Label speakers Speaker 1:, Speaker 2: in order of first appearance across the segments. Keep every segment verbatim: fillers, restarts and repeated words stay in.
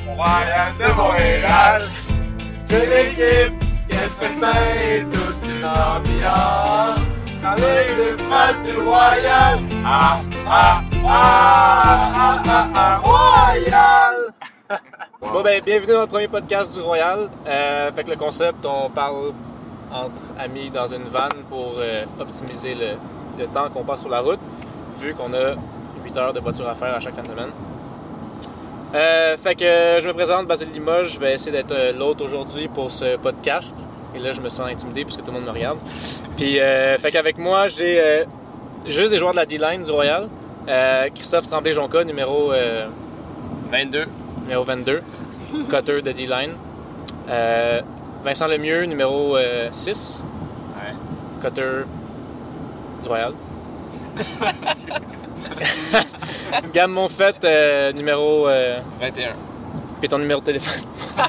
Speaker 1: Royal de Montréal, c'est l'équipe qui est festin et toute une ambiance. Avec l'estrade du Royal, ah ah ah ah ah ah Royal.
Speaker 2: Bon ben, bienvenue dans le premier podcast du Royal. Euh, fait que le concept, on parle entre amis dans une van pour euh, optimiser le, le temps qu'on passe sur la route, vu qu'on a huit heures de voiture à faire à chaque fin de semaine. Euh, fait que euh, je me présente, Basile Limoges, je vais essayer d'être euh, l'hôte aujourd'hui pour ce podcast. Et là, je me sens intimidé puisque tout le monde me regarde. Puis, euh, fait qu'avec moi, j'ai euh, juste des joueurs de la D-line du Royal. Euh, Christophe Tremblay-Jonca, numéro euh,
Speaker 3: vingt-deux.
Speaker 2: Numéro vingt-deux, cutter de D-line. Euh, Vincent Lemieux, numéro euh, six,
Speaker 3: Ouais.
Speaker 2: cutter du Royal. Gab Monfette, euh, numéro... Euh,
Speaker 3: vingt et un.
Speaker 2: puis ton numéro de téléphone.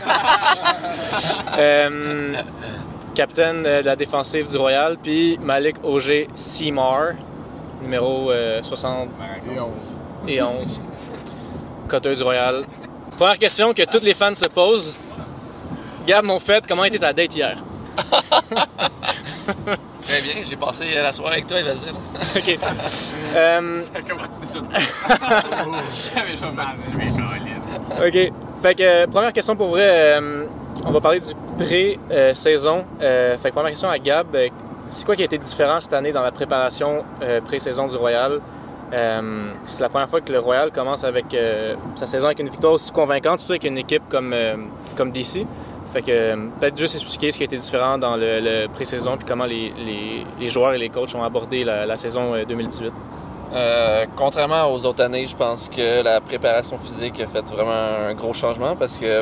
Speaker 2: euh, capitaine de la défensive du Royal. Puis Malik Auger Seymour, numéro euh, soixante
Speaker 4: Et onze.
Speaker 2: et onze, cutter du Royal. Première question que tous les fans se posent. Gab Monfette, comment était ta date hier?
Speaker 3: Très bien, j'ai passé la soirée avec toi et Basile.
Speaker 2: OK. Euh,
Speaker 3: Comment c'était ça? J'avais jamais
Speaker 2: OK. Fait que, euh, première question pour vrai, euh, on va parler du pré-saison. Euh, fait que première question à Gab, euh, c'est quoi qui a été différent cette année dans la préparation euh, pré-saison du Royal? Euh, c'est la première fois que le Royal commence avec euh, sa saison avec une victoire aussi convaincante, surtout avec une équipe comme, euh, comme D C. Fait que euh, peut-être juste expliquer ce qui a été différent dans le, le pré-saison puis comment les, les, les joueurs et les coachs ont abordé la, la saison deux mille dix-huit.
Speaker 3: Euh, contrairement aux autres années, je pense que la préparation physique a fait vraiment un gros changement parce que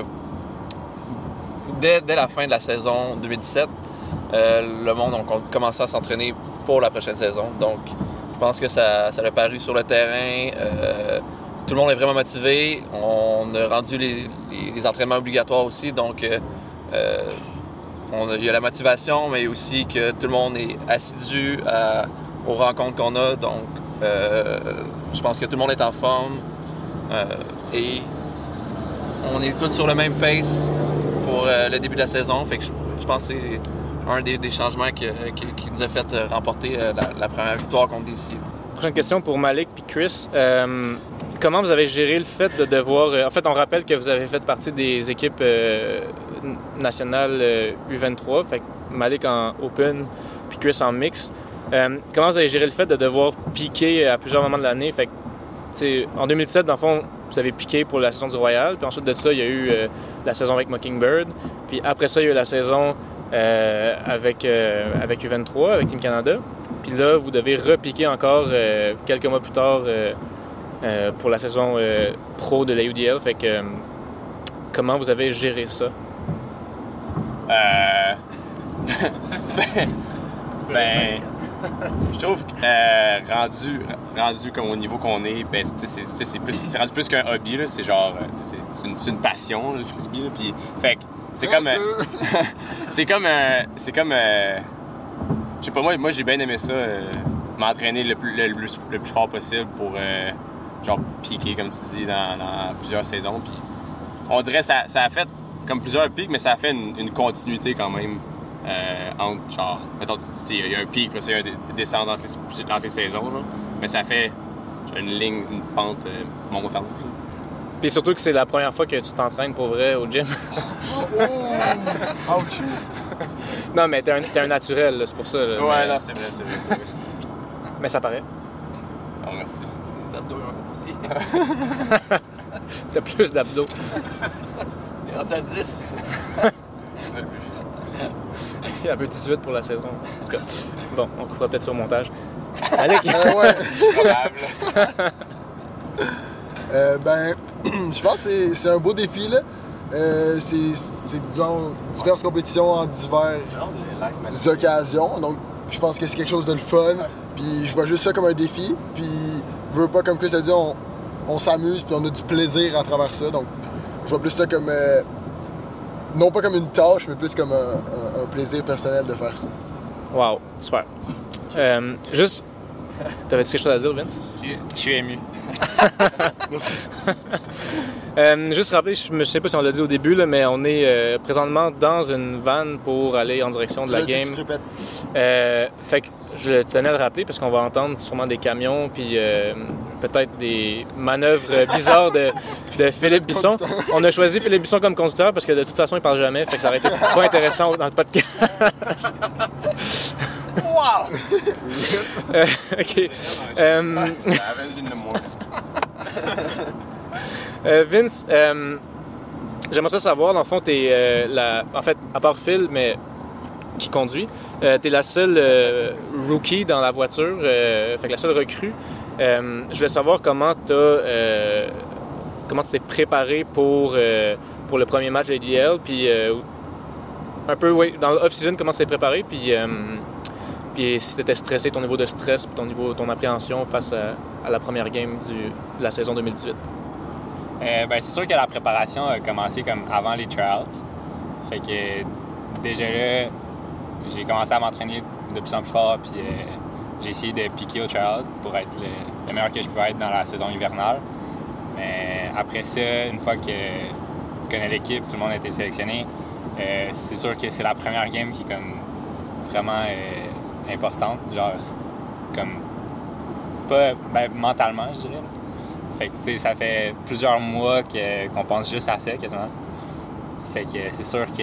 Speaker 3: dès, dès la fin de la saison deux mille dix-sept, euh, le monde a commencé à s'entraîner pour la prochaine saison. Donc, je pense que ça, ça a paru sur le terrain. Euh, tout le monde est vraiment motivé. On a rendu les, les, les entraînements obligatoires aussi. Donc, euh, euh, on a, il y a la motivation, mais aussi que tout le monde est assidu à, aux rencontres qu'on a. Donc, euh, je pense que tout le monde est en forme. Euh, et on est tous sur le même pace pour euh, le début de la saison. Fait que je, je pense que c'est un des, des changements qui, qui, qui nous a fait remporter la, la première victoire contre D C.
Speaker 2: Prochaine question pour Malik puis Chris. Euh, comment vous avez géré le fait de devoir... Euh, en fait, on rappelle que vous avez fait partie des équipes euh, nationales euh, U vingt-trois, fait que Malik en open puis Chris en mix. Euh, comment vous avez géré le fait de devoir piquer à plusieurs moments de l'année? Fait que, t'sais, en deux mille dix-sept, dans le fond, vous avez piqué pour la saison du Royal, puis ensuite de ça, il y a eu euh, la saison avec Mockingbird, puis après ça, il y a eu la saison euh, avec, euh, avec U vingt-trois, avec Team Canada. Puis là, vous devez repiquer encore euh, quelques mois plus tard euh, euh, pour la saison euh, pro de la U D L. Fait que, euh, comment vous avez géré ça?
Speaker 5: Euh... ben, ben, je trouve que euh, rendu, rendu comme au niveau qu'on est, ben, c'est, c'est, c'est, plus, c'est rendu plus qu'un hobby, là. C'est genre, c'est, c'est, une, c'est une passion, là, le frisbee. Là, puis, fait que c'est comme, euh, c'est comme, euh, c'est comme, euh, je sais pas, moi, moi j'ai bien aimé ça, euh, m'entraîner le plus, le, le, le plus fort possible pour, euh, genre, piquer, comme tu dis, dans, dans plusieurs saisons. Puis, on dirait ça, ça a fait comme plusieurs pics, mais ça a fait une, une continuité quand même. Euh, entre, genre, mettons, il y a un pic, puis il y a une descente entre les, entre les saisons, genre. Mais ça fait genre, une ligne, une pente euh, montante. Genre.
Speaker 2: Puis surtout que c'est la première fois que tu t'entraînes pour vrai au gym.
Speaker 4: Oh! Ouch!
Speaker 2: Non, mais t'es un, t'es un naturel, là, c'est pour ça. Là,
Speaker 5: Ouais,
Speaker 2: mais...
Speaker 5: non, c'est vrai, c'est vrai, c'est vrai.
Speaker 2: Mais ça paraît.
Speaker 5: Oh, merci.
Speaker 3: Les abdos aussi.
Speaker 2: T'as plus d'abdos.
Speaker 3: Il est rendu à dix.
Speaker 5: C'est le but.
Speaker 2: Il y avait dix-huit pour la saison. En tout cas, bon, on coupera peut-être ça au montage. Alec!
Speaker 4: Euh, ouais.
Speaker 5: Probable.
Speaker 4: euh, ben, je pense que c'est, c'est un beau défi, là. Euh, c'est, c'est, disons, diverses compétitions en diverses occasions. Donc, je pense que c'est quelque chose de le fun. Puis, je vois juste ça comme un défi. Puis, je veux pas, comme Chris a dit, on, on s'amuse, puis on a du plaisir à travers ça. Donc, je vois plus ça comme... Euh, non pas comme une tâche, mais plus comme un, un, un plaisir personnel de faire ça.
Speaker 2: Wow, super. Euh, juste T'avais-tu quelque chose à dire, Vince?
Speaker 5: Je suis ému.
Speaker 4: Merci.
Speaker 2: Euh, juste rappeler, je ne sais pas si on l'a dit au début, là, mais on est euh, présentement dans une vanne pour aller en direction de
Speaker 4: Tu
Speaker 2: la
Speaker 4: l'as dit,
Speaker 2: game.
Speaker 4: tu te répètes.
Speaker 2: Euh, fait que je tenais à le rappeler parce qu'on va entendre sûrement des camions puis euh, peut-être des manœuvres bizarres de, de Philippe Bisson. On a choisi Philippe Bisson comme conducteur parce que de toute façon, il parle jamais, fait que ça aurait été pas intéressant dans le podcast.
Speaker 4: Wow!
Speaker 2: Euh, OK. Euh, Euh, Vince, euh, j'aimerais ça savoir, dans le fond, t'es euh, la... En fait, à part Phil, mais qui conduit, euh, t'es la seule euh, rookie dans la voiture, euh, fait que la seule recrue. Euh, je voulais savoir comment t'as... Euh, comment tu t'es préparé pour, euh, pour le premier match de l'A D L, puis euh, un peu, oui, dans l'off-season, comment tu t'es préparé, puis... Euh, Puis si tu étais stressé, ton niveau de stress, puis ton niveau, ton appréhension face à, à la première game du, de la saison deux mille dix-huit.
Speaker 6: Euh, ben, c'est sûr que la préparation a commencé comme avant les tryouts. Fait que déjà là, j'ai commencé à m'entraîner de plus en plus fort, puis euh, j'ai essayé de piquer au tryout pour être le, le meilleur que je pouvais être dans la saison hivernale. Mais après ça, une fois que tu connais l'équipe, tout le monde a été sélectionné, euh, c'est sûr que c'est la première game qui est comme vraiment euh, importante, genre comme pas ben, mentalement, je dirais. Là. Fait que, tu sais, ça fait plusieurs mois que, qu'on pense juste à ça, quasiment. Fait que c'est sûr que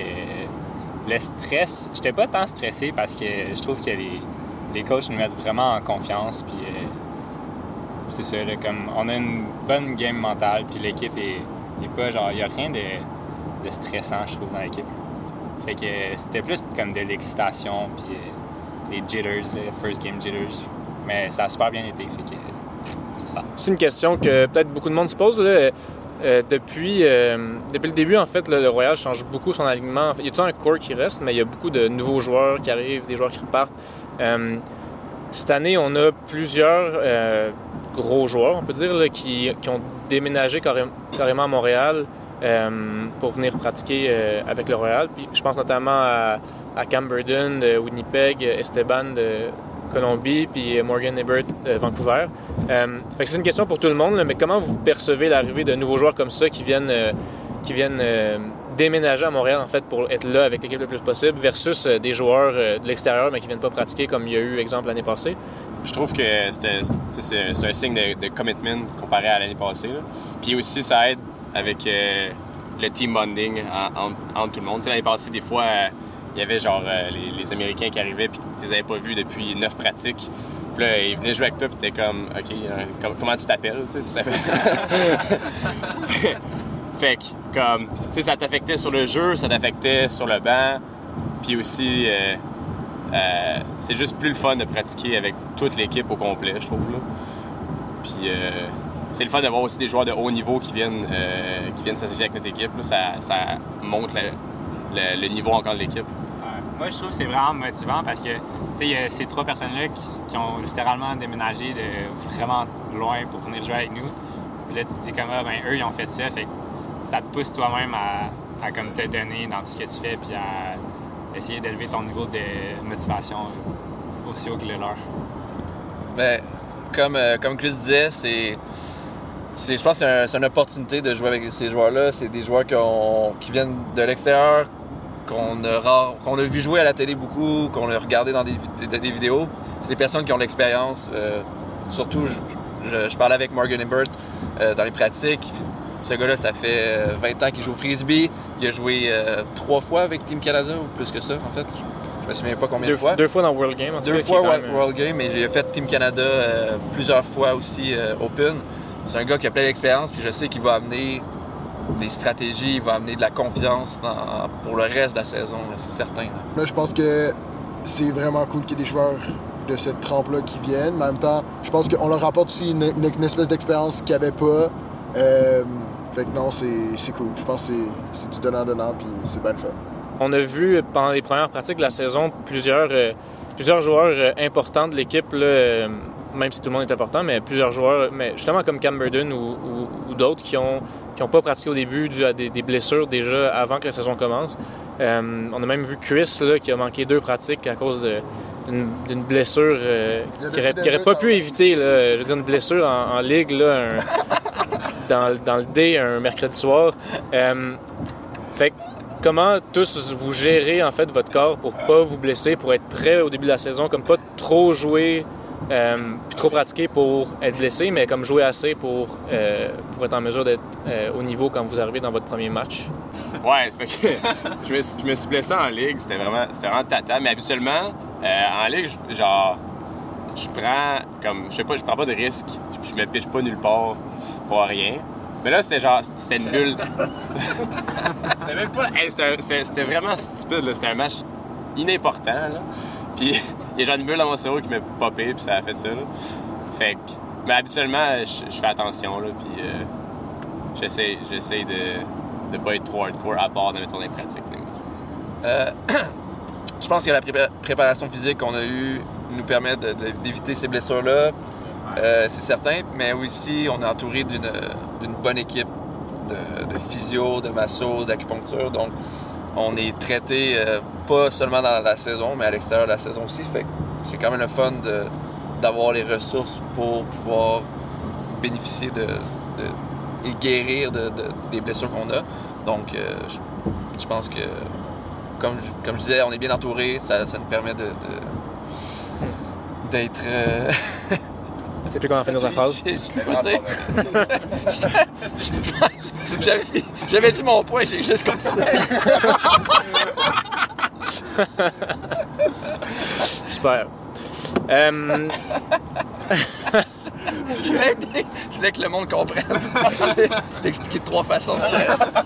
Speaker 6: le stress... J'étais pas tant stressé parce que je trouve que les, les coachs nous mettent vraiment en confiance. Puis euh, c'est ça, là, comme on a une bonne game mentale, puis l'équipe est, est pas genre... Il y a rien de, de stressant, je trouve, dans l'équipe. Fait que c'était plus comme de l'excitation, puis euh, les jitters, les first game jitters. Mais ça a super bien été, fait que... C'est ça.
Speaker 2: C'est une question que peut-être beaucoup de monde se pose. Là. Euh, depuis, euh, depuis le début, en fait, là, le Royal change beaucoup son alignement. En fait, il y a tout un core qui reste, mais il y a beaucoup de nouveaux joueurs qui arrivent, des joueurs qui repartent. Euh, cette année, on a plusieurs euh, gros joueurs, on peut dire, là, qui, qui ont déménagé carré- carrément à Montréal euh, pour venir pratiquer euh, avec le Royal. Puis, je pense notamment à, à Cam Burden de Winnipeg, Esteban de Colombie, puis Morgan Ebert de Vancouver. Euh, fait que c'est une question pour tout le monde, là, mais comment vous percevez l'arrivée de nouveaux joueurs comme ça qui viennent, euh, qui viennent euh, déménager à Montréal en fait pour être là avec l'équipe le plus possible versus euh, des joueurs euh, de l'extérieur mais qui viennent pas pratiquer comme il y a eu exemple l'année passée?
Speaker 5: Je trouve que c'était, c'est, c'est un signe de, de commitment comparé à l'année passée. Là. Puis aussi, ça aide avec euh, le team bonding en, en, entre tout le monde. Tu sais, l'année passée, des fois, euh, il y avait genre euh, les, les Américains qui arrivaient puis tu les avais pas vus depuis neuf pratiques. Puis là, ils venaient jouer avec toi puis t'es comme, OK, euh, com- comment tu t'appelles? Tu sais, tu t'appelles... Fait que, comme, tu sais, ça t'affectait sur le jeu, ça t'affectait sur le banc. Puis aussi, euh, euh, c'est juste plus le fun de pratiquer avec toute l'équipe au complet, je trouve, là. Puis euh, c'est le fun d'avoir aussi des joueurs de haut niveau qui viennent, euh, qui viennent s'associer avec notre équipe, là. Ça, ça monte le, le, le niveau encore de l'équipe.
Speaker 6: Moi, je trouve que c'est vraiment motivant parce que, tu sais, il y a ces trois personnes-là qui, qui ont littéralement déménagé de vraiment loin pour venir jouer avec nous. Puis là, tu te dis comme, ah, ben, eux, ils ont fait ça. Fait que ça te pousse toi-même à, à comme te donner dans tout ce que tu fais puis à essayer d'élever ton niveau de motivation aussi haut que le leur.
Speaker 3: Mais, comme, euh, comme Chris disait, c'est... c'est je pense que c'est, un, c'est une opportunité de jouer avec ces joueurs-là. C'est des joueurs qui, ont, qui viennent de l'extérieur, qu'on a, rare, qu'on a vu jouer à la télé beaucoup, qu'on a regardé dans des, des, des vidéos. C'est des personnes qui ont de l'expérience. Euh, surtout, je, je, je parlais avec Morgan Ebert euh, dans les pratiques. Ce gars-là, ça fait vingt ans qu'il joue au frisbee. Il a joué euh, trois fois avec Team Canada, ou plus que ça, en fait. Je, je me souviens pas combien
Speaker 2: deux,
Speaker 3: de fois.
Speaker 2: Deux fois dans World Game, en tout
Speaker 3: Deux
Speaker 2: cas,
Speaker 3: fois
Speaker 2: World,
Speaker 3: même... World Game, mais j'ai fait Team Canada euh, plusieurs fois aussi euh, Open. C'est un gars qui a plein d'expérience, puis je sais qu'il va amener des stratégies, il va amener de la confiance dans, pour le reste de la saison, là, c'est certain. Là.
Speaker 4: Moi, je pense que c'est vraiment cool qu'il y ait des joueurs de cette trempe-là qui viennent. Mais en même temps, je pense qu'on leur apporte aussi une, une, une espèce d'expérience qu'ils n'avaient pas. Euh, fait que non, c'est, c'est cool. Je pense que c'est, c'est du donnant-donnant, puis c'est bien le fun.
Speaker 2: On a vu pendant les premières pratiques de la saison plusieurs, euh, plusieurs joueurs euh, importants de l'équipe, là, euh, même si tout le monde est important, mais plusieurs joueurs, mais justement comme Cam Burden ou, ou, ou ou d'autres qui ont qui n'ont pas pratiqué au début dû à des, des blessures déjà avant que la saison commence. Euh, on a même vu Chris là, qui a manqué deux pratiques à cause de, d'une, d'une blessure euh, qu'il n'aurait pas pu éviter. Là, je veux dire, une blessure en, en ligue là, un, dans, dans le D un mercredi soir. Euh, fait que comment tous vous gérez en fait votre corps pour pas vous blesser, pour être prêt au début de la saison, comme pas trop jouer euh, puis trop pratiquer pour être blessé, mais comme jouer assez pour, euh, pour être en mesure d'être euh, au niveau quand vous arrivez dans votre premier match?
Speaker 5: Ouais, c'est fait que je, me suis, je me suis blessé en ligue, c'était vraiment, c'était vraiment tata, mais habituellement, euh, en ligue, je, genre, je prends comme, je sais pas, je prends pas de risque, je, je me piche pas nulle part pour rien. Mais là, c'était genre, c'était une bulle. C'était même pas. Hey, c'était, c'était, c'était vraiment stupide, là. C'était un match inimportant, là. Puis, il y a genre une bulle dans mon cerveau qui m'a popé, puis ça a fait ça, là. Fait que. Mais habituellement, je, je fais attention, là, puis euh, j'essaie, j'essaie de, de pas être trop hardcore à part de mettre les pratiques.
Speaker 3: Euh, je pense que la pré- préparation physique qu'on a eue nous permet de, de, d'éviter ces blessures-là. Euh, c'est certain, mais aussi on est entouré d'une, d'une bonne équipe de, de physio, de masso, d'acupuncture. Donc, on est traité euh, pas seulement dans la saison, mais à l'extérieur de la saison aussi. Fait que c'est quand même le fun de, d'avoir les ressources pour pouvoir bénéficier de, de et guérir de, de, des blessures qu'on a. Donc, euh, je, je pense que, comme je, comme je disais, on est bien entouré. Ça, ça nous permet de, de d'être... Euh...
Speaker 2: Tu sais plus comment finir sa phrase?
Speaker 3: Je sais pas dire. J'avais, j'avais dit mon point, j'ai juste continué.
Speaker 2: Super. Euh...
Speaker 3: je, voulais, je voulais que le monde comprenne. J'ai, j'ai expliqué de trois façons différentes.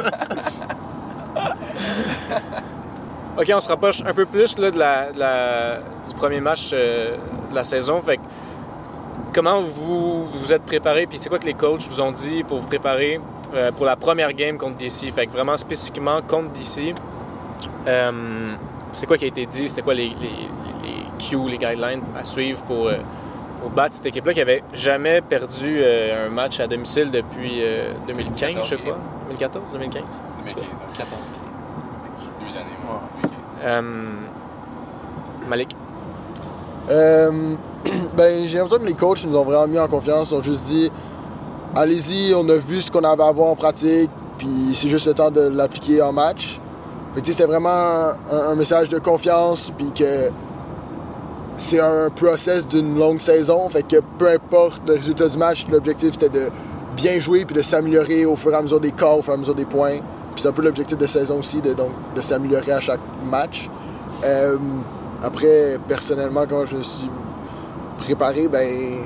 Speaker 2: OK, on se rapproche un peu plus là, de la, de la, du premier match euh, de la saison. Fait que, comment vous vous êtes préparé, puis c'est quoi que les coachs vous ont dit pour vous préparer euh, pour la première game contre D C? Fait que vraiment spécifiquement contre D C, euh, c'est quoi qui a été dit? C'était quoi les, les, les cues, les guidelines à suivre pour, euh, pour battre cette équipe-là qui avait jamais perdu euh, un match à domicile depuis euh, deux mille quinze, je sais pas. deux mille quatorze, deux mille quinze?
Speaker 5: deux mille quinze, quatorze.
Speaker 2: Euh, Malik?
Speaker 4: Euh, ben, j'ai l'impression que les coachs nous ont vraiment mis en confiance. Ils ont juste dit allez-y, on a vu ce qu'on avait à voir en pratique, puis c'est juste le temps de l'appliquer en match. Fait que, c'était vraiment un, un message de confiance, puis que c'est un process d'une longue saison. Fait que peu importe le résultat du match, l'objectif c'était de bien jouer puis de s'améliorer au fur et à mesure des cas, au fur et à mesure des points. Puis c'est un peu l'objectif de saison aussi, de, donc, de s'améliorer à chaque match. Euh, après, personnellement, quand je me suis préparé, ben...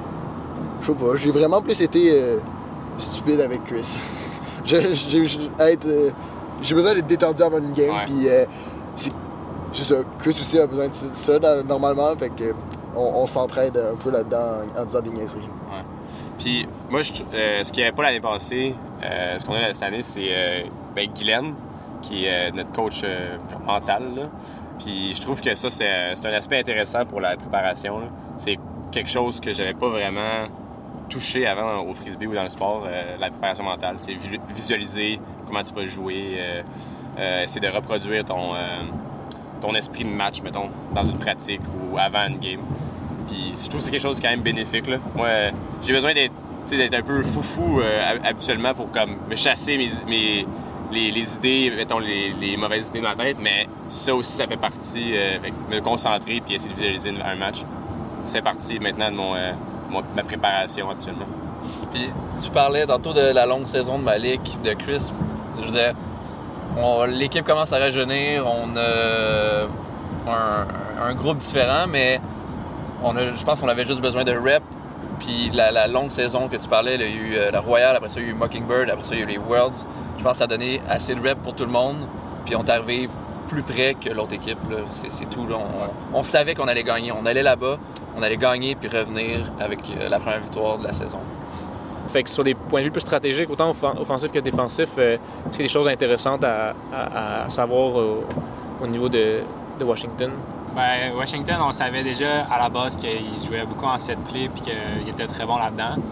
Speaker 4: Je sais pas, j'ai vraiment plus été euh, stupide avec Chris. j'ai, j'ai, être, euh, j'ai besoin d'être détendu avant une game,
Speaker 5: ouais.
Speaker 4: Puis euh, c'est, c'est ça, Chris aussi a besoin de ça dans, normalement, fait que on, on s'entraide un peu là-dedans en, en disant des niaiseries.
Speaker 5: Ouais. Puis moi, je, euh, ce qu'il n'y avait pas l'année passée, euh, ce qu'on a cette année, c'est euh, ben, Guylaine, qui est euh, notre coach euh, genre mental, là. Puis je trouve que ça, c'est, c'est un aspect intéressant pour la préparation, là. C'est quelque chose que j'avais pas vraiment touché avant au frisbee ou dans le sport, euh, la préparation mentale. Tu sais, visualiser comment tu vas jouer, euh, euh, essayer de reproduire ton, euh, ton esprit de match, mettons, dans une pratique ou avant une game. Puis je trouve que c'est quelque chose de quand même bénéfique, là. Moi, euh, j'ai besoin d'être, tu sais, d'être un peu foufou euh, habituellement pour comme me chasser mes... mes Les, les idées, mettons, les, les mauvaises idées dans ma tête, mais ça aussi, ça fait partie, euh, me concentrer puis essayer de visualiser un match. C'est partie maintenant de mon, euh, mon, ma préparation actuellement.
Speaker 3: Puis tu parlais tantôt de la longue saison de Malik, de Chris. Je veux dire, on, l'équipe commence à rajeunir, on a un, un groupe différent, mais on a, je pense qu'on avait juste besoin de reps. Puis la, la longue saison que tu parlais, il y a eu euh, la Royale, après ça il y a eu Mockingbird, après ça il y a eu les Worlds. Je pense que ça a donné assez de reps pour tout le monde. Puis on est arrivé plus près que l'autre équipe. Là. C'est, c'est tout. Là. On, on savait qu'on allait gagner. On allait là-bas, on allait gagner puis revenir avec euh, la première victoire de la saison.
Speaker 2: Fait que sur des points de vue plus stratégiques, autant offensifs que défensifs, euh, c'est des choses intéressantes à, à, à savoir au, au niveau de, de Washington.
Speaker 6: Ben, Washington, on savait déjà à la base qu'il jouait beaucoup en set play puis qu'il était très bon là-dedans.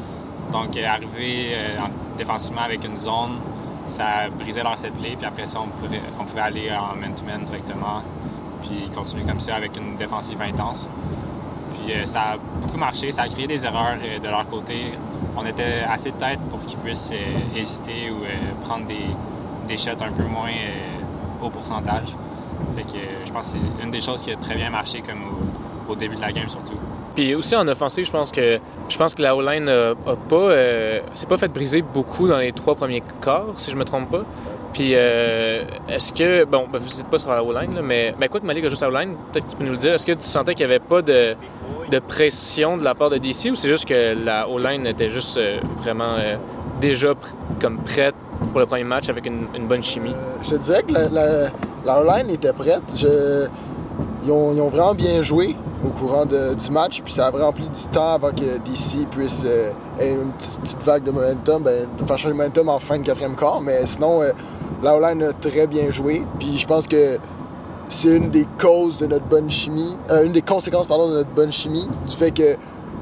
Speaker 6: Donc, euh, arriver euh, en, défensivement avec une zone, ça brisait leur set play, puis après ça, on pouvait, on pouvait aller en man-to-man directement, puis continuer comme ça avec une défensive intense. Puis euh, ça a beaucoup marché, ça a créé des erreurs euh, de leur côté. On était assez de tête pour qu'ils puissent euh, hésiter ou euh, prendre des, des shots un peu moins euh, haut pourcentage. Fait que euh, je pense que c'est une des choses qui a très bien marché comme au, au début de la game surtout.
Speaker 2: Puis aussi en offensive, je pense que je pense que la O-line a, a pas euh, s'est pas fait briser beaucoup dans les trois premiers quarts, si je me trompe pas. Puis euh, est-ce que bon, ben, vous n'êtes pas sur la O-line là, mais mais quoi que Malik a joué sur la O-line, peut-être que tu peux nous le dire. Est-ce que tu sentais qu'il n'y avait pas de de pression de la part de D C ou c'est juste que la O-line était juste euh, vraiment euh, déjà pr- comme prête pour le premier match avec une, une bonne chimie?
Speaker 4: Euh, je te dirais que la, la, la O-line était prête. Je, ils, ont, ils ont vraiment bien joué au courant de, du match, puis ça a vraiment pris du temps avant que D C puisse euh, ait une petite, petite vague de momentum, ben, de faire changer le momentum en fin de quatrième quart, mais sinon, euh, la O-line a très bien joué, puis je pense que c'est une des causes de notre bonne chimie, euh, une des conséquences, pardon, de notre bonne chimie, du fait que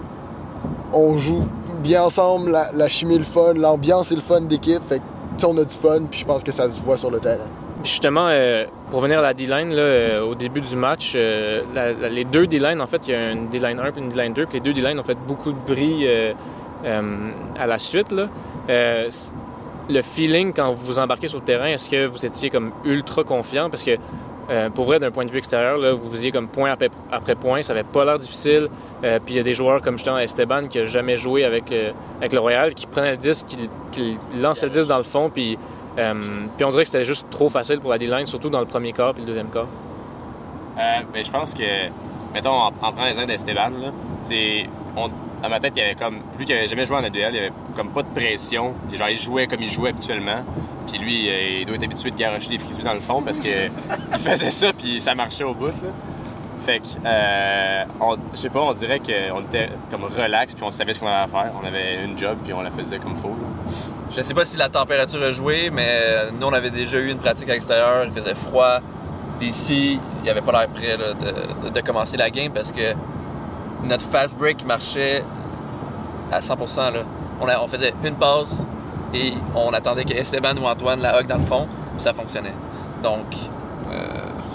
Speaker 4: on joue bien ensemble, la, la chimie est le fun, l'ambiance est le fun d'équipe, fait que on a du fun, puis je pense que ça se voit sur le terrain.
Speaker 2: Justement, euh, pour venir à la D-line, là, euh, au début du match, euh, la, la, les deux D-line, en fait, il y a une D-line un et une D-line deux, puis les deux D-line ont fait beaucoup de bruit euh, euh, à la suite. Là. Euh, le feeling, quand vous embarquez sur le terrain, est-ce que vous étiez comme ultra confiant? Parce que, euh, pour vrai, d'un point de vue extérieur, là, vous faisiez comme point après, après point, ça avait pas l'air difficile. Euh, puis il y a des joueurs comme justement Esteban qui a jamais joué avec, euh, avec le Royal, qui prenait le disque, qui, qui lançait le disque dans le fond, puis Euh, puis on dirait que c'était juste trop facile pour la D-line, surtout dans le premier quart puis le deuxième quart.
Speaker 5: Euh, ben, je pense que, mettons, en, en prenant l'exemple d'Esteban, là, c'est, on, dans ma tête, il y avait comme, vu qu'il n'avait jamais joué en A deux L, il y avait comme pas de pression. Genre, il jouait comme il jouait habituellement. Puis lui, euh, il doit être habitué de garocher des frisbees dans le fond parce que il faisait ça puis ça marchait au bout. Là. Fait que, euh, on, je sais pas, on dirait qu'on était comme relax puis on savait ce qu'on avait à faire. On avait une job puis on la faisait comme faut. Là.
Speaker 3: Je sais pas si la température a joué, mais nous, on avait déjà eu une pratique à l'extérieur. Il faisait froid. D'ici, il avait pas l'air prêt là, de, de, de commencer la game parce que notre fast break marchait à cent pour cent. Là. On, a, on faisait une passe et on attendait que Esteban ou Antoine la hug dans le fond, puis ça fonctionnait. Donc, euh,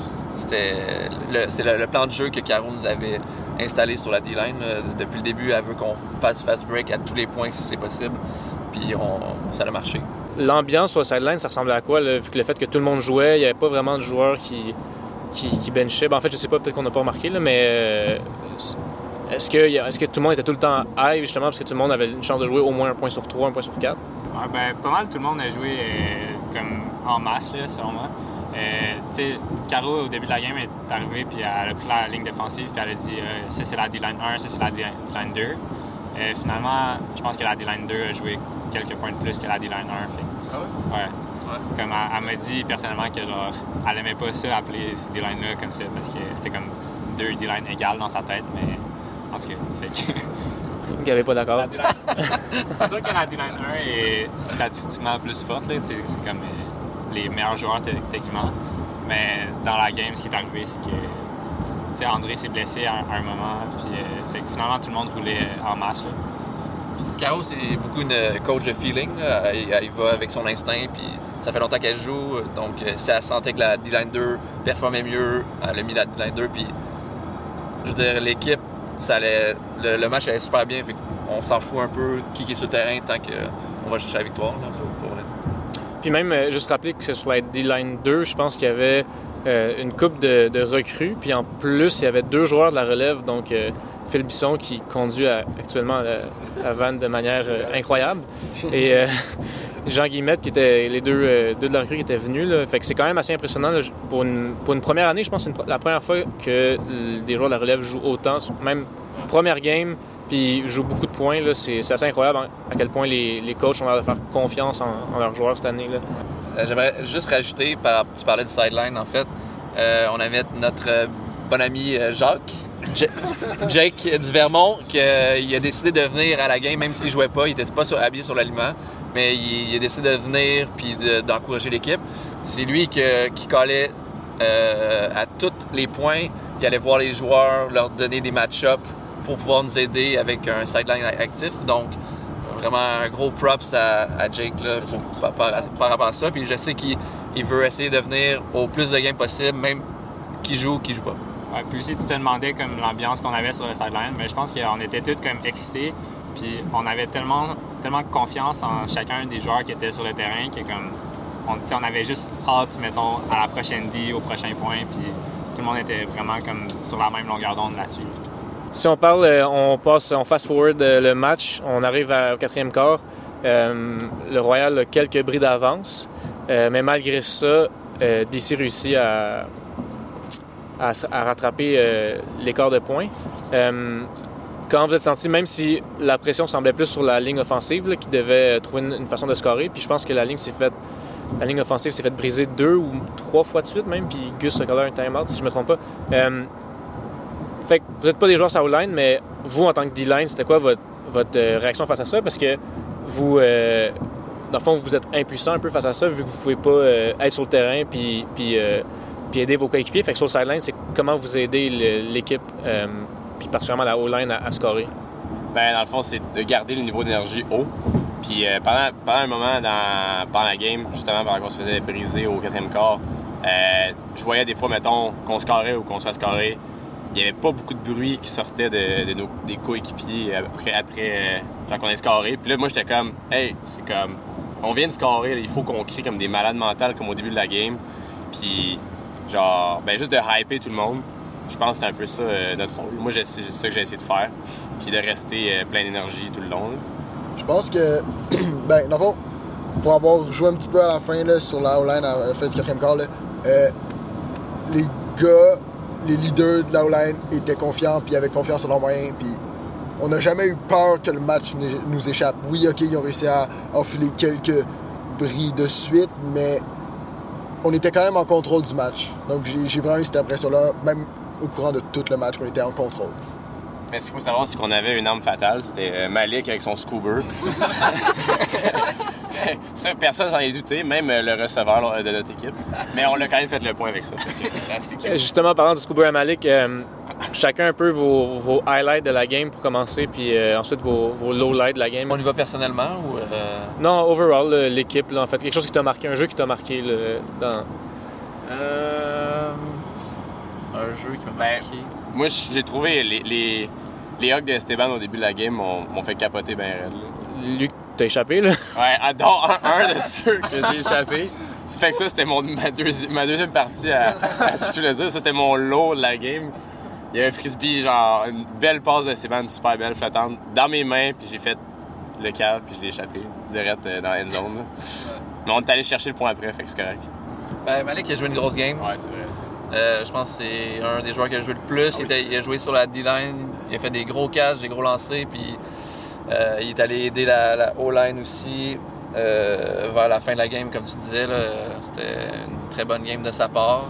Speaker 3: c'était le, c'est le, le plan de jeu que Caro nous avait installé sur la D-line. Là. Depuis le début, elle veut qu'on fasse fast break à tous les points si c'est possible. Puis on, ça a marché.
Speaker 2: L'ambiance sur la sideline, ça ressemblait à quoi, là, vu que le fait que tout le monde jouait, il n'y avait pas vraiment de joueurs qui, qui, qui benchaient. Ben, en fait, je sais pas, peut-être qu'on n'a pas remarqué, là, mais euh, est-ce, que, est-ce que tout le monde était tout le temps high, justement, parce que tout le monde avait une chance de jouer au moins un point sur trois, un point sur quatre?
Speaker 6: Ouais, ben, pas mal tout le monde a joué euh, comme en masse, là, selon moi. Euh, tu sais, Caro, au début de la game, est arrivée, puis elle a pris la ligne défensive, puis elle a dit euh, ça c'est la D-line un, ça c'est la D-line deux. Euh, finalement, je pense que la D-line deux a joué quelques points de plus que la D-line un. Fait.
Speaker 3: Ah ouais?
Speaker 6: Ouais.
Speaker 3: Ouais.
Speaker 6: Comme elle, elle m'a dit personnellement que genre, elle aimait pas ça, appeler ces D-lines-là comme ça, parce que c'était comme deux D-lines égales dans sa tête, mais en tout cas, fait que...
Speaker 2: Il n'y avait pas d'accord.
Speaker 6: C'est sûr que la D-line un est statistiquement plus forte, là, c'est, c'est comme euh, les meilleurs joueurs techniquement, mais dans la game, ce qui est arrivé, c'est que t'sais, André s'est blessé à un, à un moment, puis euh, fait que finalement tout le monde roulait en masse. Là.
Speaker 3: Caro, c'est beaucoup une coach de feeling. Là. Elle, elle va avec son instinct, puis ça fait longtemps qu'elle joue. Donc, si elle sentait que la D-line deux performait mieux, elle a mis la D-line deux. Puis, je veux dire, l'équipe, ça allait, le, le match allait super bien. Fait on s'en fout un peu qui est sur le terrain tant qu'on va chercher la victoire. Là, pour, pour...
Speaker 2: Puis même, euh, juste rappeler que ce soit la D-line deux, je pense qu'il y avait euh, une coupe de, de recrues. Puis en plus, il y avait deux joueurs de la relève, donc euh, Phil Bisson qui conduit à, actuellement la, la vanne de manière euh, incroyable. Et euh, Jean Guillemette, qui était les deux, euh, deux de la recrue qui étaient venus. Là. Fait que c'est quand même assez impressionnant. Là, pour, une, pour une première année, je pense que c'est une, la première fois que des joueurs de la relève jouent autant. Même première game, puis jouent beaucoup de points. Là. C'est, c'est assez incroyable à quel point les, les coachs ont l'air de faire confiance en, en leurs joueurs cette année. Là.
Speaker 3: Euh, j'aimerais juste rajouter, par, tu parlais du sideline, en fait. Euh, on avait notre euh, bon ami euh, Jacques, J- Jake du Vermont, qui euh, il a décidé de venir à la game, même s'il ne jouait pas, il n'était pas sur, habillé sur l'alignement, mais il, il a décidé de venir puis de, d'encourager l'équipe. C'est lui que, qui collait euh, à tous les points. Il allait voir les joueurs, leur donner des match-ups pour pouvoir nous aider avec un sideline actif. Donc, vraiment un gros props à, à Jake là, pour, par, par, par rapport à ça. Puis je sais qu'il il veut essayer de venir au plus de games possible, même qui joue ou qui joue pas.
Speaker 6: Ouais, puis aussi, tu te demandais comme l'ambiance qu'on avait sur le sideline, mais je pense qu'on était tous comme excités. Puis on avait tellement, tellement de confiance en chacun des joueurs qui étaient sur le terrain que comme on, on avait juste hâte, mettons, à la prochaine D, au prochain point. Puis tout le monde était vraiment comme sur la même longueur d'onde là-dessus.
Speaker 2: Si on parle, on passe, on fast-forward le match, on arrive au quatrième quart. Euh, le Royal a quelques bris d'avance, euh, mais malgré ça, euh, D C réussit à, à, à rattraper euh, l'écart de points. Euh, Comment vous êtes senti, même si la pression semblait plus sur la ligne offensive, là, qui devait trouver une, une façon de scorer, puis je pense que la ligne s'est faite, la ligne offensive s'est faite briser deux ou trois fois de suite même, puis Gus a collé un time-out, si je me trompe pas. Euh, fait que vous n'êtes pas des joueurs sur line, mais vous, en tant que D-line, c'était quoi votre, votre réaction face à ça? Parce que vous, euh, dans le fond, vous êtes impuissant un peu face à ça, vu que vous ne pouvez pas euh, être sur le terrain puis, puis, euh, puis aider vos coéquipiers. Fait que sur le sideline, c'est comment vous aidez l'équipe euh, puis particulièrement la O-line à, à scorer?
Speaker 5: Ben, dans le fond, c'est de garder le niveau d'énergie haut. Puis euh, pendant, pendant un moment dans, pendant la game, justement, pendant qu'on se faisait briser au quatrième quart, euh, je voyais des fois, mettons, qu'on scorait ou qu'on se fait scorer. Il n'y avait pas beaucoup de bruit qui sortait de, de nos des coéquipiers après, après euh, genre qu'on ait scoré. Puis là, moi, j'étais comme, hey, c'est comme, on vient de scorer, là, il faut qu'on crie comme des malades mentales comme au début de la game. Puis, genre, ben, juste de hyper tout le monde. Je pense que c'est un peu ça euh, notre rôle. Moi, c'est ça que j'ai essayé de faire. Puis de rester euh, plein d'énergie tout le long. Là.
Speaker 4: Je pense que, ben, dans le fond, pour avoir joué un petit peu à la fin là, sur la O-line à la fin du quatrième quart, là, euh, les gars, les leaders de la O-line étaient confiants, puis avaient confiance en leurs moyens, puis on n'a jamais eu peur que le match nous échappe. Oui, OK, ils ont réussi à enfiler quelques bris de suite, mais on était quand même en contrôle du match. Donc, j'ai vraiment eu cette impression-là, même au courant de tout le match, qu'on était en contrôle.
Speaker 5: Mais ce qu'il faut savoir, c'est qu'on avait une arme fatale. C'était Malik avec son scuba. Ça, personne s'en est douté, même le receveur de notre équipe. Mais on a quand même fait le point avec ça.
Speaker 2: Justement, parlant du scuba à Malik, euh, chacun un peu vos, vos highlights de la game pour commencer, puis euh, ensuite vos, vos lowlights de la game.
Speaker 3: On y va personnellement ou... Euh...
Speaker 2: Non, overall, l'équipe, en fait. Quelque chose qui t'a marqué, un jeu qui t'a marqué là, dans...
Speaker 3: Euh... Un jeu qui m'a marqué... Ben,
Speaker 5: moi, j'ai trouvé les, les, les hugs de Esteban au début de la game m'ont fait capoter bien raide. Là.
Speaker 2: Luc, t'as échappé, là?
Speaker 5: Ouais, adore un, un de ceux que j'ai échappé. Ça fait que ça, c'était mon, ma, deuxi ma deuxième partie à, à ce que je voulais dire. Ça, c'était mon lot de la game. Il y avait un frisbee, genre, une belle passe de Esteban, super belle, flottante, dans mes mains, puis j'ai fait le cave, puis je l'ai échappé, direct euh, dans la end zone. Là. Mais on est allé chercher le point après, fait que c'est correct.
Speaker 3: Ben, Malik a joué une grosse game.
Speaker 5: Ouais, c'est vrai.
Speaker 3: Euh, je pense que c'est un des joueurs qui a joué le plus. Ah, il, était, il a joué sur la D-line, il a fait des gros catchs, des gros lancers, puis euh, il est allé aider la, la O-line aussi euh, vers la fin de la game, comme tu disais. C'était une très bonne game de sa part.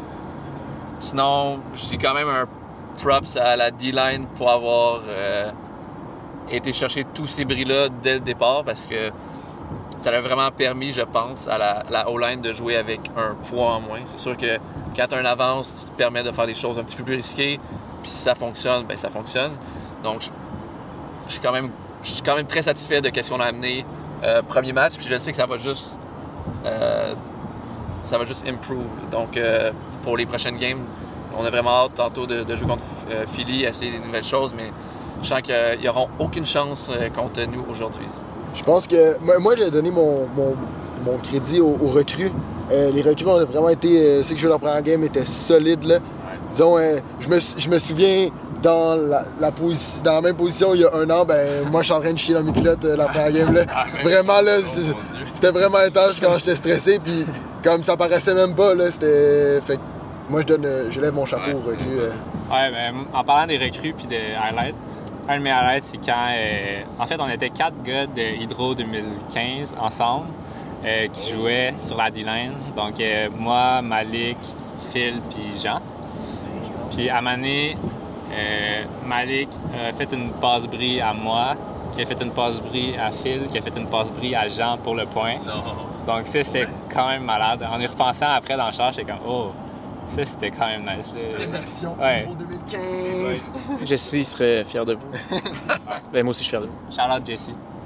Speaker 3: Sinon, je dis quand même un props à la D-line pour avoir euh, été chercher tous ces bris-là dès le départ, parce que ça a vraiment permis, je pense, à la, la O-line de jouer avec un poids en moins. C'est sûr que quand tu as une avance, tu te permets de faire des choses un petit peu plus risquées. Puis si ça fonctionne, bien ça fonctionne. Donc, je, je, suis, quand même, je suis quand même très satisfait de ce qu'on a amené euh, premier match. Puis je sais que ça va juste... Euh, ça va juste improve. Donc, euh, pour les prochaines games, on a vraiment hâte tantôt de, de jouer contre euh, Philly, essayer des nouvelles choses. Mais je sens qu'ils n'auront aucune chance euh, contre nous aujourd'hui.
Speaker 4: Je pense que... Moi, moi j'ai donné mon, mon, mon crédit aux, aux recrues. Euh, les recrues ont vraiment été... Euh, ceux qui jouaient leur première game étaient solides, là. Ouais, disons, euh, je, me, je me souviens, dans la, la, posi dans la même position, il y a un an, ben moi, je suis en train de chier dans mes culottes euh, la première game, là. Ah, vraiment, là, c'était vraiment intense quand j'étais stressé, puis comme ça paraissait même pas, là, c'était... Fait que moi, je donne... Euh, je lève mon chapeau ouais. aux recrues. Euh.
Speaker 6: Ouais, ben, en parlant des recrues puis des highlights, un de mes highlights, c'est quand... Euh, en fait, on était quatre gars de Hydro deux mille quinze ensemble euh, qui jouaient sur la D-line. Donc, euh, moi, Malik, Phil puis Jean. Puis, à un moment donné, euh, Malik a fait une passe-bris à moi, qui a fait une passe-bris à Phil, qui a fait une passe-bris à Jean pour le point. Non. Donc, ça, c'était quand même malade. En y repensant après dans le char, j'étais comme « Oh! » Ça, c'était quand même nice.
Speaker 4: Rédaction
Speaker 6: ouais.
Speaker 4: deux mille quinze.
Speaker 2: Ouais. Jesse serait fier de vous. Ben, moi aussi, je suis fier de vous.
Speaker 6: Shout out Jesse.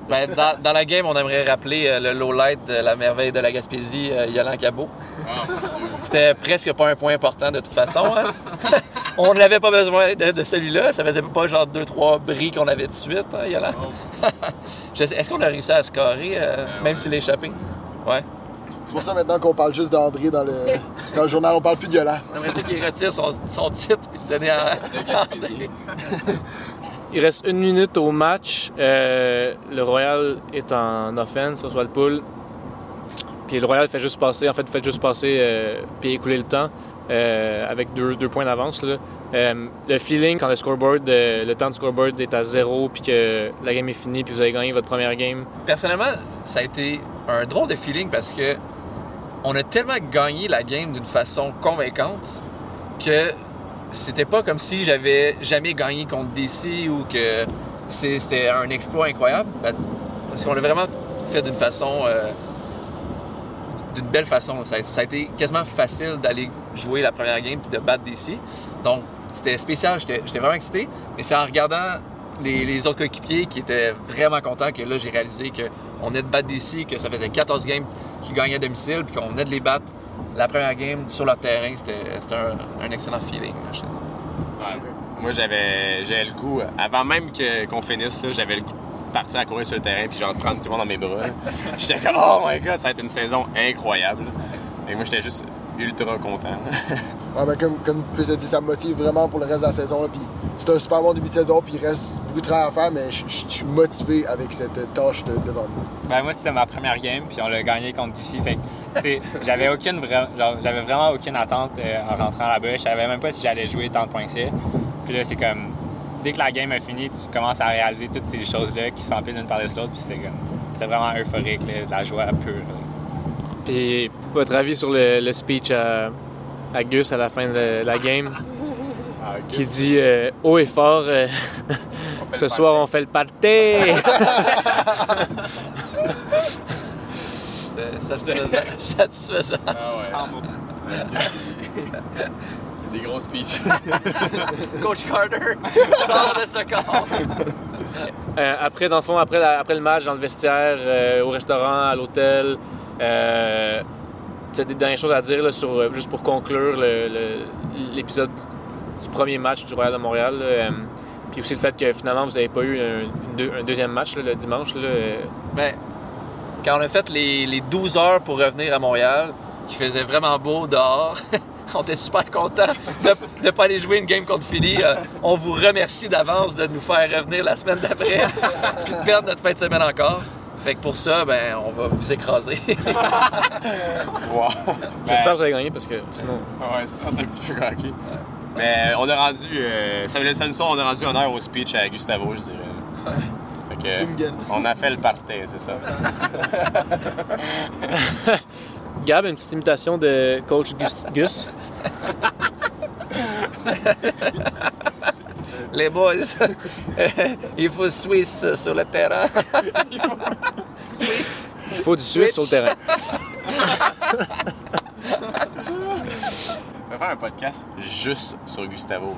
Speaker 3: Ben, dans, dans la game, on aimerait rappeler euh, le low-light de la merveille de la Gaspésie, euh, Yolan Cabot. C'était presque pas un point important de toute façon. Hein? On n'avait pas besoin de, de celui-là. Ça faisait pas genre deux trois bris qu'on avait de suite, hein, Yolan? Je sais, est-ce qu'on a réussi à scorer, euh, même s'il est échappé? Ouais.
Speaker 4: C'est pour ça maintenant qu'on parle juste d'André dans le, dans le journal. On parle plus de Yolan.
Speaker 3: On aimerait ça qu'il retire son, son titre puis le donner à André.
Speaker 2: Il reste une minute au match. Euh, le Royal est en offense, reçoit le pool. Puis le Royal fait juste passer, en fait, fait juste passer euh, puis écouler le temps euh, avec deux, deux points d'avance. Là. Euh, le feeling quand le scoreboard, euh, le temps de scoreboard est à zéro puis que la game est finie puis vous avez gagné votre première game.
Speaker 3: Personnellement, ça a été un drôle de feeling parce que on a tellement gagné la game d'une façon convaincante que c'était pas comme si j'avais jamais gagné contre D C ou que c'était un exploit incroyable. Parce qu'on l'a vraiment fait d'une façon... Euh, d'une belle façon. Ça a, ça a été quasiment facile d'aller jouer la première game puis de battre D C. Donc, c'était spécial. J'étais, j'étais vraiment excité. Mais c'est en regardant les, les autres coéquipiers qui étaient vraiment contents que là, j'ai réalisé qu'on venait de battre D C, que ça faisait quatorze games qu'ils gagnaient à domicile puis qu'on venait de les battre la première game sur leur terrain. C'était, c'était un, un excellent feeling. Là,
Speaker 5: ouais. Moi, j'avais, j'avais le goût, avant même que, qu'on finisse, là, j'avais le goût partir à courir sur le terrain puis genre prendre tout le monde dans mes bras. J'étais comme oh my god, ça a été une saison incroyable. Et moi j'étais juste ultra content.
Speaker 4: Ouais, ben comme, comme tu as dit, ça me motive vraiment pour le reste de la saison. Là, puis c'est un super bon début de saison, puis il reste beaucoup de travail à faire, mais je suis motivé avec cette tâche de, devant nous.
Speaker 6: Ben moi c'était ma première game, puis on l'a gagné contre D C. Fait que j'avais aucune vra... genre, j'avais vraiment aucune attente euh, en rentrant là-bas. Je savais même pas si j'allais jouer tant de points que ça. Puis là c'est comme dès que la game a fini, tu commences à réaliser toutes ces choses-là qui s'empilent l'une par-dessus l'autre, puis c'était comme... C'était vraiment euphorique, là, de la joie pure. Là.
Speaker 2: Puis, votre avis sur le, le speech à, à Gus à la fin de la game, ah, qui dit euh, haut et fort, euh, ce soir on fait le party!
Speaker 3: C'était satisfaisant. satisfaisant.
Speaker 5: Ah ouais.
Speaker 6: Sans mots.
Speaker 5: Des gros speeches.
Speaker 3: Coach Carter, sort de ce corps.
Speaker 2: Euh, après, dans le fond, après, la, après le match, dans le vestiaire, euh, au restaurant, à l'hôtel, euh, tu as des dernières choses à dire là, sur, juste pour conclure le, le, l'épisode du premier match du Royal de Montréal. Là, euh, puis aussi le fait que finalement, vous n'avez pas eu un, deux, un deuxième match là, le dimanche. Là, euh...
Speaker 3: Ben, quand on a fait les, les douze heures pour revenir à Montréal, il faisait vraiment beau dehors. On était super contents de ne pas aller jouer une game contre Philly. Euh, on vous remercie d'avance de nous faire revenir la semaine d'après puis de perdre notre fin de semaine encore. Fait que pour ça, ben, on va vous écraser.
Speaker 5: Wow.
Speaker 2: J'espère
Speaker 5: Ben,
Speaker 2: que vous avez gagné parce que sinon...
Speaker 5: Ouais, sinon c'est un petit peu craqué. Mais on a rendu... Euh, ça, ça nous soit, on a rendu honneur au speech à Gustavo, je dirais. Fait que, on a fait le party, c'est ça.
Speaker 2: Gab, une petite imitation de coach Gus. Gus.
Speaker 3: Les boys, il faut Suisse sur le terrain.
Speaker 2: Il faut, Suisse. Il faut du Suisse sur le terrain.
Speaker 5: On va faire un podcast juste sur Gustavo.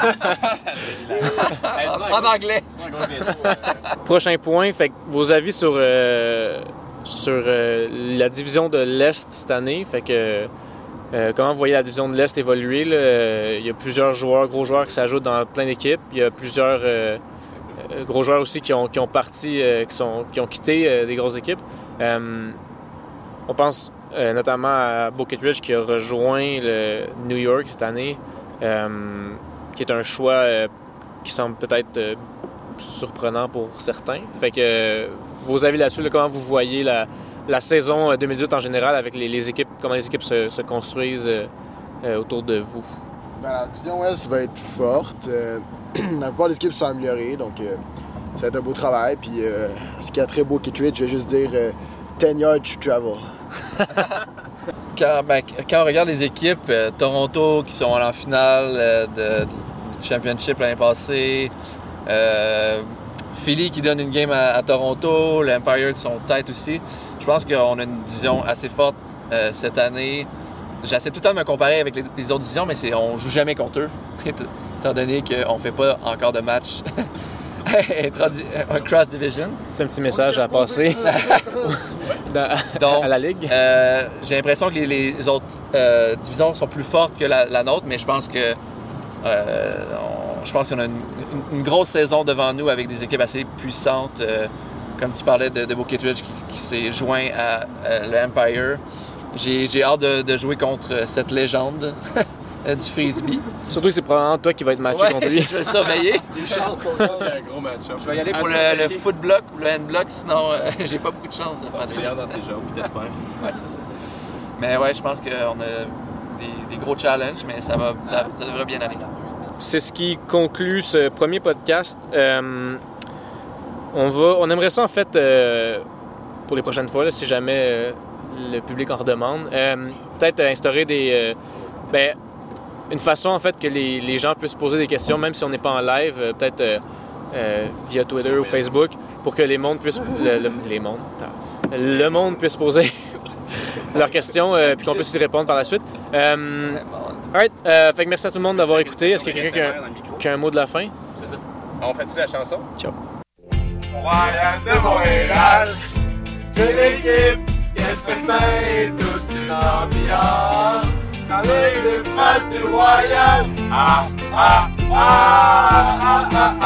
Speaker 3: en, en anglais.
Speaker 2: Prochain point, fait que vos avis sur... Euh, sur euh, la division de l'Est cette année. Fait que euh, comment vous voyez la division de l'Est évoluer? Là? Euh, il y a plusieurs joueurs, gros joueurs qui s'ajoutent dans plein d'équipes. Il y a plusieurs euh, euh, gros joueurs aussi qui ont, qui ont parti, euh, qui, sont, qui ont quitté euh, des grosses équipes. Euh, on pense euh, notamment à Bo Kittredge qui a rejoint le New York cette année, euh, qui est un choix euh, qui semble peut-être euh, surprenant pour certains. Fait que euh, vos avis là-dessus, là, comment vous voyez la, la saison deux mille dix-huit en général avec les, les équipes, comment les équipes se, se construisent euh, euh, autour de vous?
Speaker 4: Ben, la division Ouest va être forte. Euh, la plupart des équipes sont améliorées, donc euh, ça va être un beau travail. Puis euh, ce qui est très beau Kittredge, je vais juste dire euh, ten yards to travel.
Speaker 3: quand, ben, quand on regarde les équipes, euh, Toronto qui sont en finale euh, de, du Championship l'année passée, euh, Philly qui donne une game à, à Toronto, l'Empire qui sont tête aussi. Je pense qu'on a une division assez forte euh, cette année. J'essaie tout le temps de me comparer avec les, les autres divisions, mais c'est, on joue jamais contre eux, étant donné qu'on ne fait pas encore de match introdu- un cross-division.
Speaker 2: C'est un petit message à passer dans-
Speaker 3: Donc,
Speaker 2: à la Ligue.
Speaker 3: Euh, j'ai l'impression que les, les autres euh, divisions sont plus fortes que la, la nôtre, mais je pense que euh, on, je pense qu'on a une, une, une grosse saison devant nous avec des équipes assez puissantes. Euh, comme tu parlais de, de Bukit Ridge qui, qui s'est joint à, à l'Empire. J'ai, j'ai hâte de, de jouer contre cette légende du frisbee.
Speaker 2: Surtout que c'est probablement toi qui va être matché
Speaker 3: Ouais,
Speaker 2: contre lui.
Speaker 3: je vais le surveiller.
Speaker 4: Les chances sont là.
Speaker 1: C'est un gros match-up.
Speaker 3: Je vais y aller pour
Speaker 1: Ah,
Speaker 3: le, le foot block ou le hand block, sinon euh, j'ai pas beaucoup de chance de faire
Speaker 1: C'est
Speaker 3: des...
Speaker 1: l'air dans ses jambes, puis t'espères.
Speaker 3: Ouais, c'est ça. Mais ouais, je pense qu'on a des, des gros challenges, mais ça, va, ça, ça devrait bien aller.
Speaker 2: C'est ce qui conclut ce premier podcast. Euh, on va, on aimerait ça en fait euh, pour les prochaines fois, là, si jamais euh, le public en redemande, euh, peut-être instaurer des, euh, ben, une façon en fait que les, les gens puissent poser des questions, même si on n'est pas en live, euh, peut-être euh, euh, via Twitter ou Facebook, pour que les mondes puissent, le, le- les mondes, le monde puisse poser leurs questions, euh, puis qu'on puisse y répondre par la suite. Euh, alright, euh, fait que merci à tout le monde d'avoir écouté. Est-ce qu'il y a quelqu'un qui a, qui a un mot de la fin?
Speaker 5: On fait-tu la chanson?
Speaker 2: Ciao.
Speaker 1: Royal de Montréal, c'est l'équipe qui est festin, toute une ambiance. Dans les estrades du Royal, ah, ah, ah, ah, ah,